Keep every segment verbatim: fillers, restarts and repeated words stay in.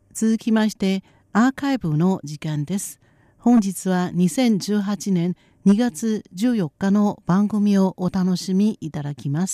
続きましてアーカイブの時間です。本日はにせんじゅうはちねんにがつじゅうよっかの番組をお楽しみいただきます。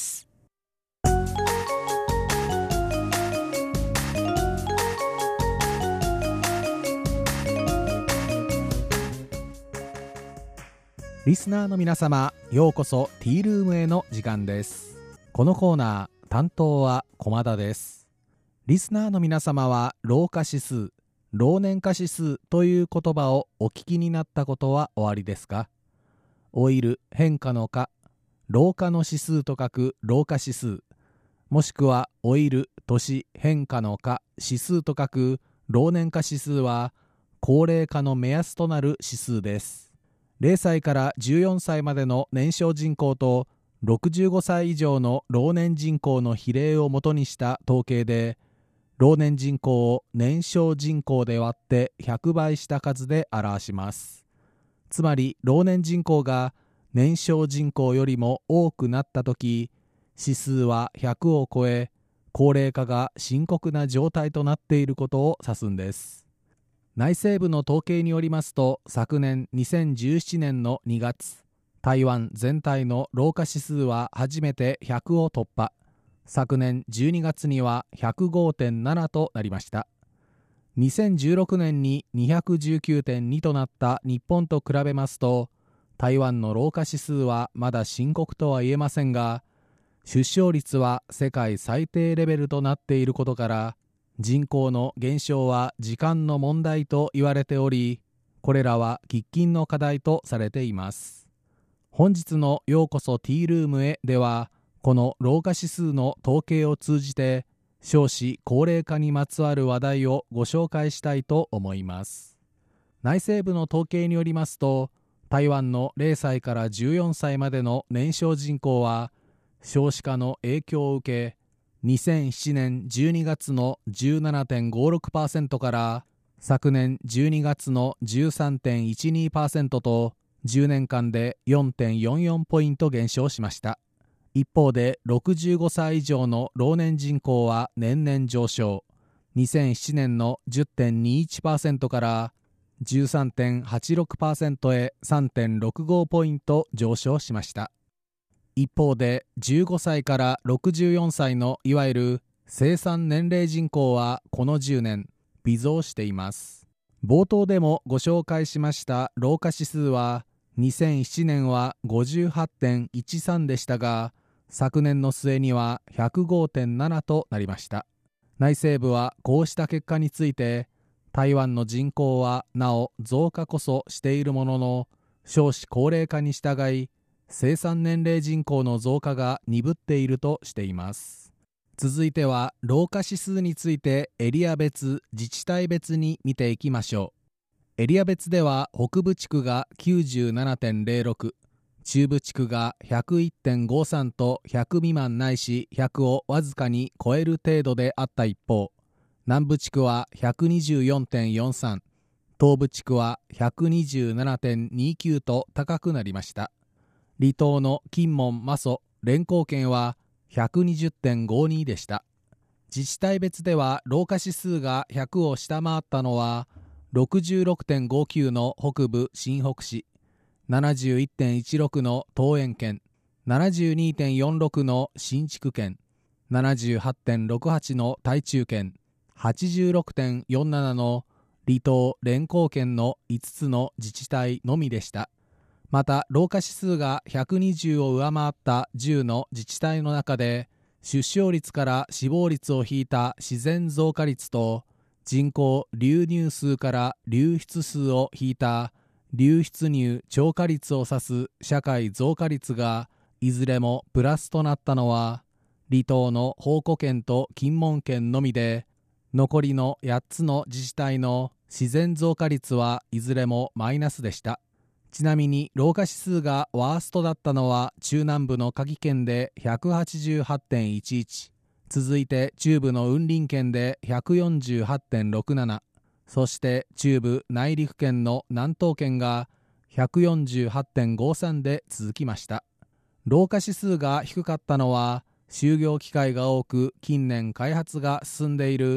リスナーの皆様、ようこそティールームへの時間です。このコーナー担当は駒田です。リスナーの皆様は老化指数、老年化指数という言葉をお聞きになったことはおありですか？老いる変化の化、老化の指数と書く老化指数、もしくは老いる年変化の化指数と書く老年化指数は高齢化の目安となる指数です。ゼロさいからじゅうよんさいまでの年少人口とろくじゅうごさい以上の老年人口の比例をもとにした統計で、老年人口を年少人口で割ってひゃくばいした数で表します。つまり老年人口が年少人口よりも多くなったとき、指数はひゃくを超え、高齢化が深刻な状態となっていることを指すんです。内政部の統計によりますと、昨年にせんじゅうななねんのにがつ、台湾全体の老化指数は初めてひゃくを突破。昨年じゅうにがつには ひゃくごてんなな となりました。にせんじゅうろくねんに にひゃくじゅうきゅうてんに となった日本と比べますと、台湾の老化指数はまだ深刻とは言えませんが、出生率は世界最低レベルとなっていることから、人口の減少は時間の問題と言われており、これらは喫緊の課題とされています。本日のようこそティールームへでは、この老化指数の統計を通じて少子高齢化にまつわる話題をご紹介したいと思います。内政部の統計によりますと、台湾のゼロさいからじゅうよんさいまでの年少人口は少子化の影響を受け、にせんななねんじゅうにがつの じゅうななてんごろくパーセント から昨年じゅうにがつの じゅうさんてんいちにパーセント とじゅうねんかんで よんてんよんよん ポイント減少しました。一方でろくじゅうごさい以上の老年人口は年々上昇。にせんななねんの じゅってんにいちパーセント から じゅうさんてんはちろくパーセント へ さんてんろくご ポイント上昇しました。一方でじゅうごさいからろくじゅうよんさいのいわゆる生産年齢人口はこのじゅうねん微増しています。冒頭でもご紹介しました老化指数はにせんななねんは ごじゅうはちてんいちさん でしたが、昨年の末には ひゃくごてんなな となりました。内政部はこうした結果について、台湾の人口はなお増加こそしているものの、少子高齢化に従い生産年齢人口の増加が鈍っているとしています。続いては老化指数についてエリア別、自治体別に見ていきましょう。エリア別では北部地区が きゅうじゅうななてんぜろろく、中部地区が ひゃくいってんごさん とひゃく未満ないしひゃくをわずかに超える程度であった一方、南部地区は ひゃくにじゅうよんてんよんさん、東部地区は ひゃくにじゅうななてんにきゅう と高くなりました。離島の金門・馬祖、連高県は ひゃくにじゅってんごに でした。自治体別では老化指数がひゃくを下回ったのは ろくじゅうろくてんごきゅう の北部新北市、ななじゅういってんいちろく の桃園県、ななじゅうにてんよんろく の新竹県、ななじゅうはちてんろくはち の台中県、はちじゅうろくてんよんなな の離島連高県のいつつの自治体のみでした。また老化指数がひゃくにじゅうを上回ったじゅうの自治体の中で、出生率から死亡率を引いた自然増加率と人口流入数から流出数を引いた流出入超過率を指す社会増加率がいずれもプラスとなったのは離島の宝庫県と金門県のみで、残りのやっつの自治体の自然増加率はいずれもマイナスでした。ちなみに老化指数がワーストだったのは中南部の嘉義県で ひゃくはちじゅうはちてんいちいち、続いて中部の雲林県で ひゃくよんじゅうはちてんろくなな、そして中部内陸県の南東県が ひゃくよんじゅうはちてんごさん で続きました。老化指数が低かったのは就業機会が多く近年開発が進んでいる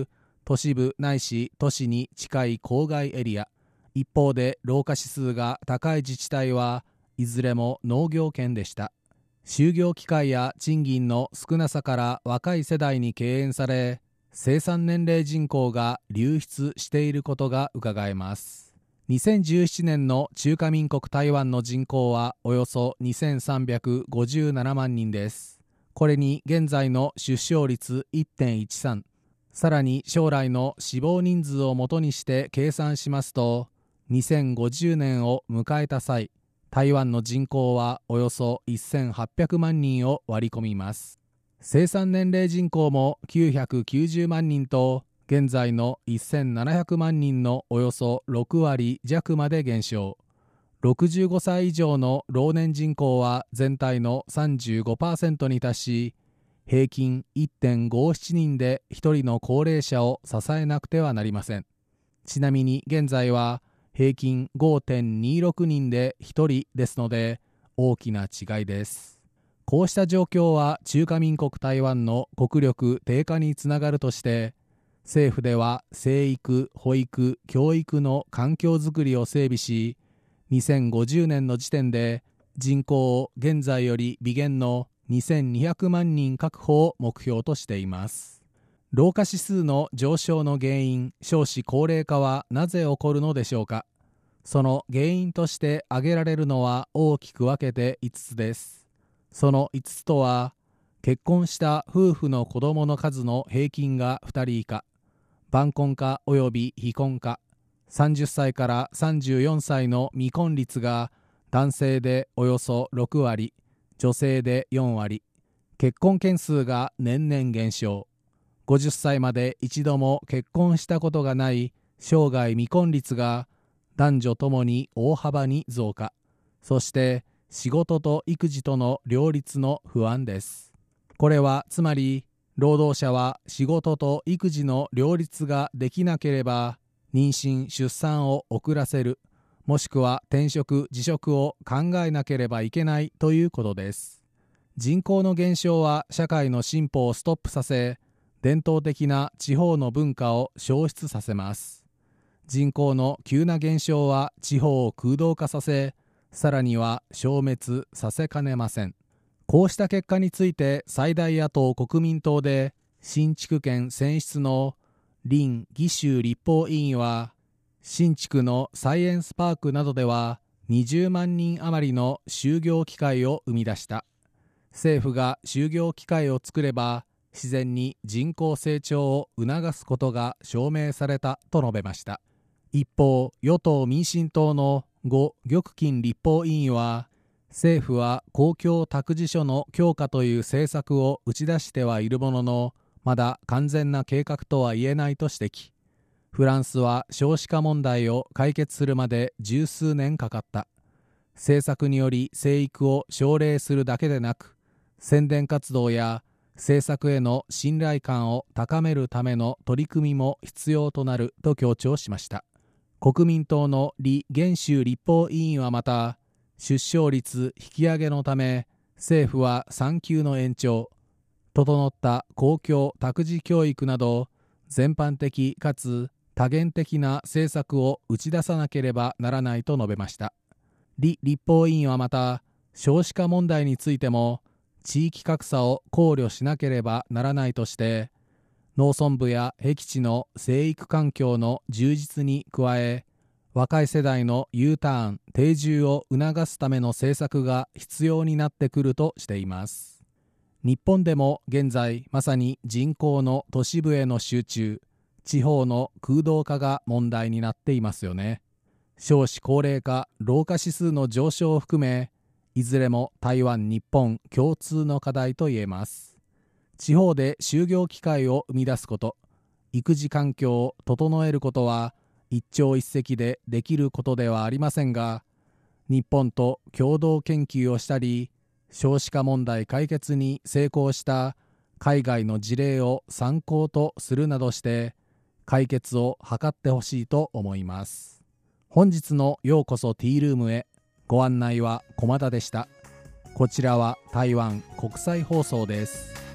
都市部ないし都市に近い郊外エリア、一方で老化指数が高い自治体はいずれも農業圏でした。就業機会や賃金の少なさから若い世代に敬遠され、生産年齢人口が流出していることがうかがえます。にせんじゅうななねんの中華民国台湾の人口はおよそにせんさんびゃくごじゅうななまんにんです。これに現在の出生率 いってんいちさん、さらに将来の死亡人数をもとにして計算しますと、にせんごじゅうねんを迎えた際、台湾の人口はおよそせんはっぴゃくまんにんを割り込みます。生産年齢人口もきゅうひゃくきゅうじゅうまんにんと、現在のせんななひゃくまんにんのおよそろくわりじゃくまで減少。ろくじゅうごさい以上の老年人口は全体の さんじゅうごパーセント に達し、平均 いってんごななにんでひとりの高齢者を支えなくてはなりません。ちなみに現在は平均 ごてんにろくにんでひとりですので、大きな違いです。こうした状況は中華民国台湾の国力低下につながるとして、政府では生育、保育、教育の環境づくりを整備し、にせんごじゅうねんの時点で人口を現在より微減のにせんにひゃくまんにん確保を目標としています。老化指数の上昇の原因、少子高齢化はなぜ起こるのでしょうか。その原因として挙げられるのは大きく分けていつつです。そのいつつとは、結婚した夫婦の子供の数の平均がふたり以下、晩婚化及び非婚化、さんじゅっさいからさんじゅうよんさいの未婚率が男性でおよそろくわり、女性でよんわり、結婚件数が年々減少、ごじゅっさいまで一度も結婚したことがない生涯未婚率が男女ともに大幅に増加、そして仕事と育児との両立の不安です。これはつまり、労働者は仕事と育児の両立ができなければ妊娠・出産を遅らせる、もしくは転職・辞職を考えなければいけないということです。人口の減少は社会の進歩をストップさせ、伝統的な地方の文化を消失させます。人口の急な減少は地方を空洞化させ、さらには消滅させかねません。こうした結果について最大野党国民党で新築権選出の林義州立法委員は、新築のサイエンスパークなどではにじゅうまんにん余りの就業機会を生み出した。政府が就業機会を作れば自然に人口成長を促すことが証明されたと述べました。一方、与党民進党の呉玉金立法委員は、政府は公共託児所の強化という政策を打ち出してはいるものの、まだ完全な計画とは言えないと指摘。フランスは少子化問題を解決するまで十数年かかった。政策により生育を奨励するだけでなく、宣伝活動や政策への信頼感を高めるための取り組みも必要となると強調しました。国民党の李元州立法委員はまた、出生率引き上げのため政府は産休の延長、整った公共託児教育など全般的かつ多元的な政策を打ち出さなければならないと述べました。李立法委員はまた、少子化問題についても地域格差を考慮しなければならないとして、農村部や僻地の生育環境の充実に加え、若い世代の U ターン・定住を促すための政策が必要になってくるとしています。日本でも現在まさに人口の都市部への集中、地方の空洞化が問題になっていますよね。少子高齢化、老化指数の上昇を含め、いずれも台湾・日本共通の課題と言えます。地方で就業機会を生み出すこと、育児環境を整えることは一朝一夕でできることではありませんが、日本と共同研究をしたり、少子化問題解決に成功した海外の事例を参考とするなどして解決を図ってほしいと思います。本日のようこそティールームへ、ご案内は駒田でした。こちらは台湾国際放送です。